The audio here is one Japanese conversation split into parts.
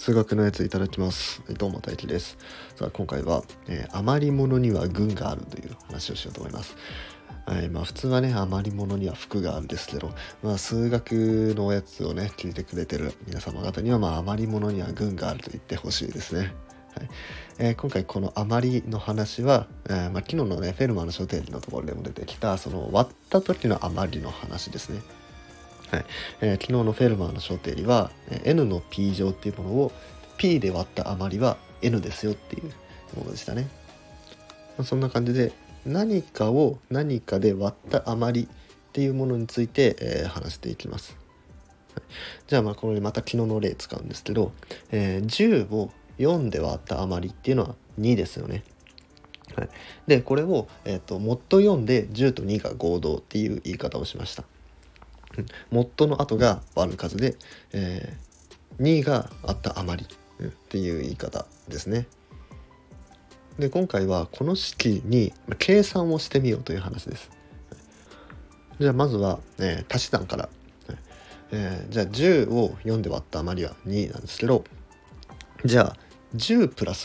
数学のやついただきます。どうも大輝です。さあ今回は、余り物には軍があるという話をしようと思います。普通はね余り物には福があるんですけど、数学のやつをね聞いてくれてる皆様方には余り物には軍があると言ってほしいですね。今回この余りの話は、昨日のねフェルマーの諸定理のところでも出てきたその割った時の余りの話ですね。昨日のフェルマーの諸定理は n の p 乗っていうものを p で割った余りは n ですよっていうものでしたね。そんな感じで何かを何かで割った余りっていうものについて、話していきます。じゃあこれまた昨日の例使うんですけど、10を4で割った余りっていうのは2ですよね。でこれを、モッド4で10と2が合同っていう言い方をしました。モッドの後が割る数で、2があった余り、っていう言い方ですね。で今回はこの式に計算をしてみようという話です。じゃあまずは、足し算から、じゃあ10を4で割った余りは2なんですけど、じゃあ10プラス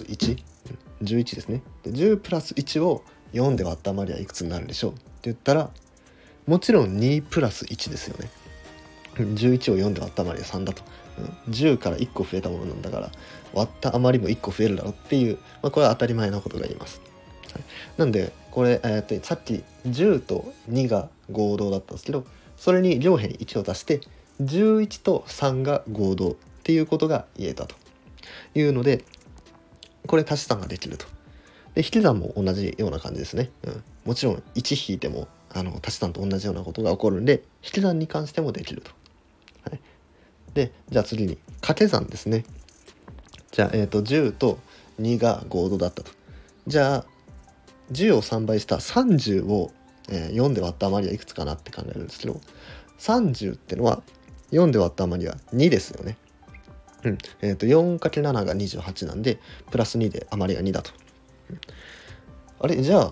1、11ですね。で10プラス1を4で割った余りはいくつになるでしょうって言ったら、もちろん2プラス1ですよね。11を4で割った余りは3だと、10から1個増えたものなんだから割った余りも1個増えるだろうっていう、これは当たり前なことが言えます。なんでこれ、さっき10と2が合同だったんですけど、それに両辺1を足して11と3が合同っていうことが言えたというので、これ足し算ができると。で引き算も同じような感じですね。もちろん1引いても足し算と同じようなことが起こるんで、引き算に関してもできると。でじゃあ次に掛け算ですね。じゃあ、10と2が合同だったと。じゃあ10を3倍した30を、4で割った余りはいくつかなって考えるんですけど、30ってのは4で割った余りは2ですよね。4×7 が28なんでプラス2で余りが2だと。あれじゃあ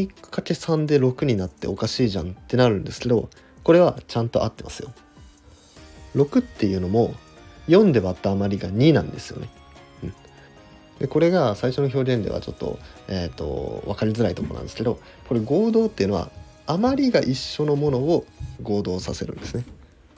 2×3 で6になっておかしいじゃんってなるんですけど、これはちゃんと合ってますよ。6っていうのも4で割った余りが2なんですよね。でこれが最初の表現ではちょっと、分かりづらいところなんですけど、これ合同っていうのは余りが一緒のものを合同させるんですね。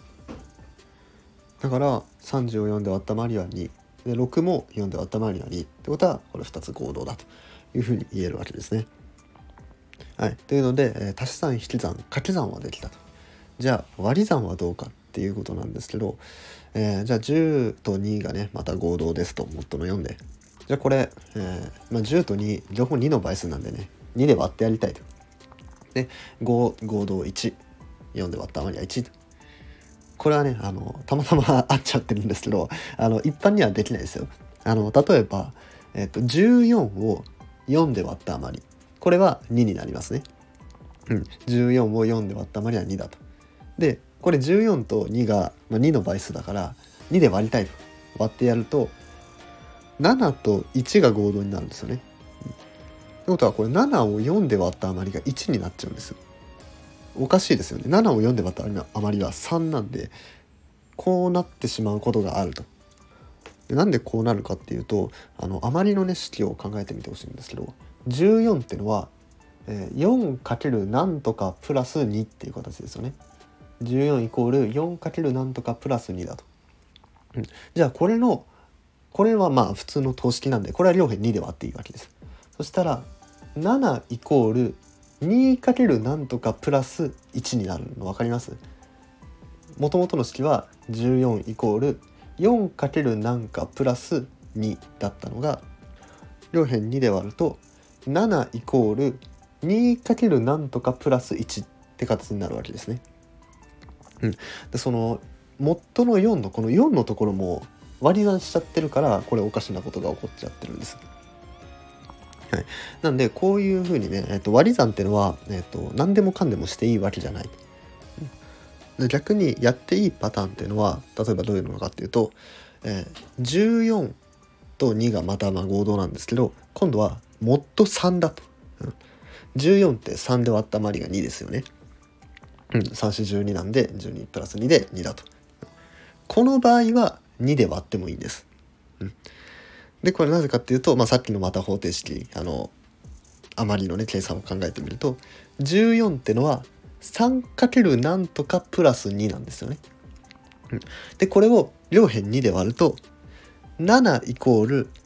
だから30を4で割った余りは2で、6も4で割った余りは2ってことはこれ2つ合同だというふうに言えるわけですね。というので、足し算引き算掛け算はできたと。じゃあ割り算はどうかっていうことなんですけど、じゃあ10と2がねまた合同ですと、モッドの4で、じゃあこれ、10と2両方2の倍数なんでね2で割ってやりたいと。で5合同1、4で割った余りは1。これはねたまたま合っちゃってるんですけど、一般にはできないですよ。例えば、14を4で割った余り、これは2になりますね。14を4で割った余りは2だと。でこれ14と2が、2の倍数だから2で割りたいと。割ってやると7と1が合同になるんですよね。ってことはこれ7を4で割った余りが1になっちゃうんですよ。おかしいですよね。7を4で割った余りは3なんで、こうなってしまうことがあると。でなんでこうなるかっていうと、余りのね式を考えてみてほしいんですけど、14ってのは、4× なんとかプラス2っていう形ですよね。14イコール 4× なんとかプラス2だと。じゃあこれは普通の等式なんで、これは両辺2で割っていいわけです。そしたら7イコール 2× なんとかプラス1になるの分かります？もともとの式は14イコール 4× なんかプラス2だったのが、両辺2で割ると7イコール 2× なんとかプラス1って形になるわけですね。でそのモッドの4のこの4のところも割り算しちゃってるから、これおかしなことが起こっちゃってるんです。なんでこういうふうにね、割り算っていうのは、何でもかんでもしていいわけじゃない。で逆にやっていいパターンっていうのは例えばどういうのかっていうと、14と2がまた合同なんですけど、今度はモッド3だと。14って3で割った余りが2ですよね。3×4=12なんで12プラス2で2だと。この場合は2で割ってもいいんです。 でこれなぜかっていうと、さっきのまた方程式余りのね計算を考えてみると、14ってのは 3× なんとかプラス2なんですよね。でこれを両辺2で割ると7イコール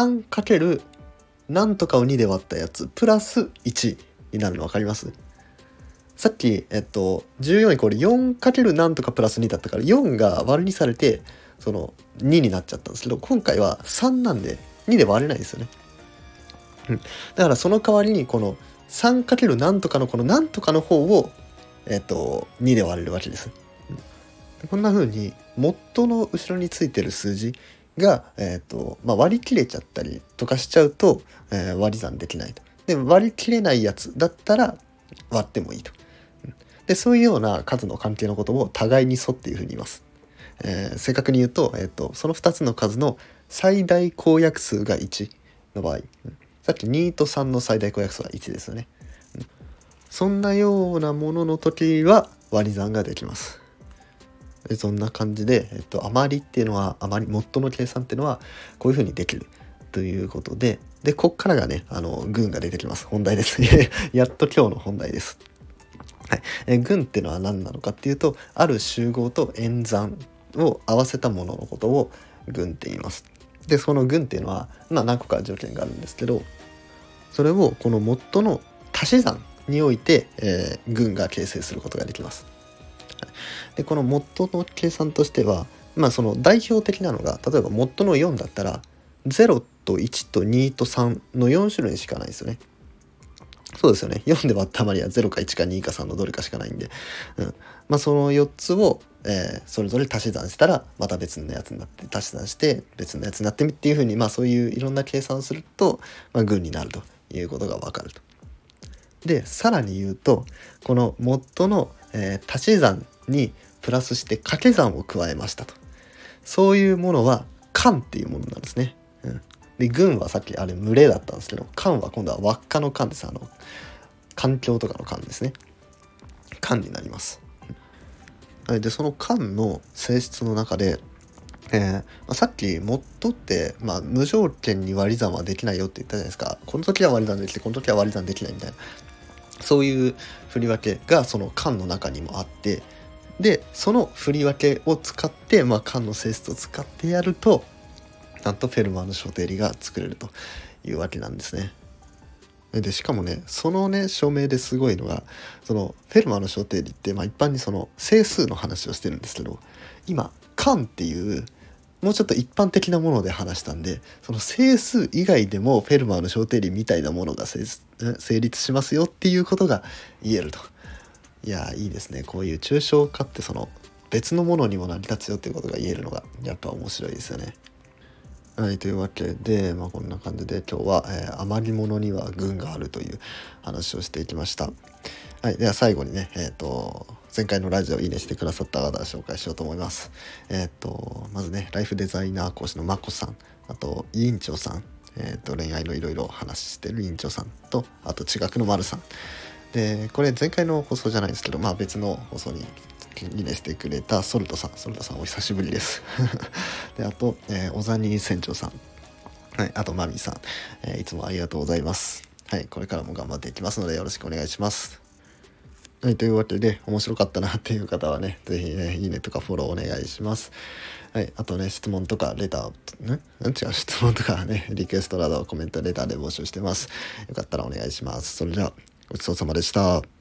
3× なんとかを2で割ったやつプラス1になるの分かります？さっき、14イコール 4× なんとかプラス2だったから4が割りにされてその2になっちゃったんですけど、今回は3なんで2で割れないですよね。だからその代わりにこの 3× なんとかのこのなんとかの方を、2で割れるわけです。こんな風にモッドの後ろについてる数字が、割り切れちゃったりとかしちゃうと、割り算できないと。で割り切れないやつだったら割ってもいいと。でそういうような数の関係のことを互いに素っていうふうに言います。正確に言うと、その2つの数の最大公約数が1の場合、さっき2と3の最大公約数は1ですよね。そんなようなものの時は割り算ができます。そんな感じで、余りっていうのはモッドの計算っていうのはこういうふうにできるということで、こっからがね群が出てきます。本題ですやっと今日の本題です。はい、群っていうのは何なのかっていうと、ある集合と演算を合わせたもののことを群って言います。でその群っていうのは、何個か条件があるんですけど、それをこのモッドの足し算において、群が形成することができます。でこのモッドの計算としては、その代表的なのが、例えばモッドの4だったら0と1と2と3の4種類しかないですよね。そうですよね。4で割った余りは0か1か2か3のどれかしかないんで、その4つを、それぞれ足し算したらまた別のやつになって、足し算して別のやつになってっていう風に、そういういろんな計算をすると、群になるということがわかると。でさらに言うと、このモッドの、足し算にプラスして掛け算を加えましたと、そういうものは環っていうものなんですね。で群はさっきあれ群れだったんですけど、環は今度は輪っかの環です。環境とかの環ですね。環になります。でその環の性質の中で、さっきモッドって、無条件に割り算はできないよって言ったじゃないですか。この時は割り算できてこの時は割り算できないみたいな、そういう振り分けがその環の中にもあって、でその振り分けを使って、環の性質を使ってやると、なんとフェルマーの諸定理が作れるというわけなんですね。でしかもね、そのね証明ですごいのが、そのフェルマーの諸定理って、一般にその整数の話をしてるんですけど、今環っていうもうちょっと一般的なもので話したんで、その整数以外でもフェルマーの諸定理みたいなものが成立しますよっていうことが言えると。いやいいですね。こういう抽象化ってその別のものにも成り立つよっていうことが言えるのがやっぱ面白いですよね。はい、というわけで、こんな感じで今日は、余り物には群があるという話をしていきました。はい、では最後にね、前回のラジオいいねしてくださった方を紹介しようと思います。まずね、ライフデザイナー講師のまこさん、あと委員長さん、恋愛のいろいろ話してる委員長さんと、あと地学のまるさんで、これ前回の放送じゃないですけど、別の放送にいいねしてくれたソルトさんお久しぶりですであと、小ザニー船長さん、はい、あとマミーさん、いつもありがとうございます。はい、これからも頑張っていきますのでよろしくお願いします。はい、というわけで面白かったなっていう方はね、ぜひねいいねとかフォローお願いします。はい、あとね質問とかレター質問とかねリクエストなどコメントレターで募集してます。よかったらお願いします。それではごちそうさまでした。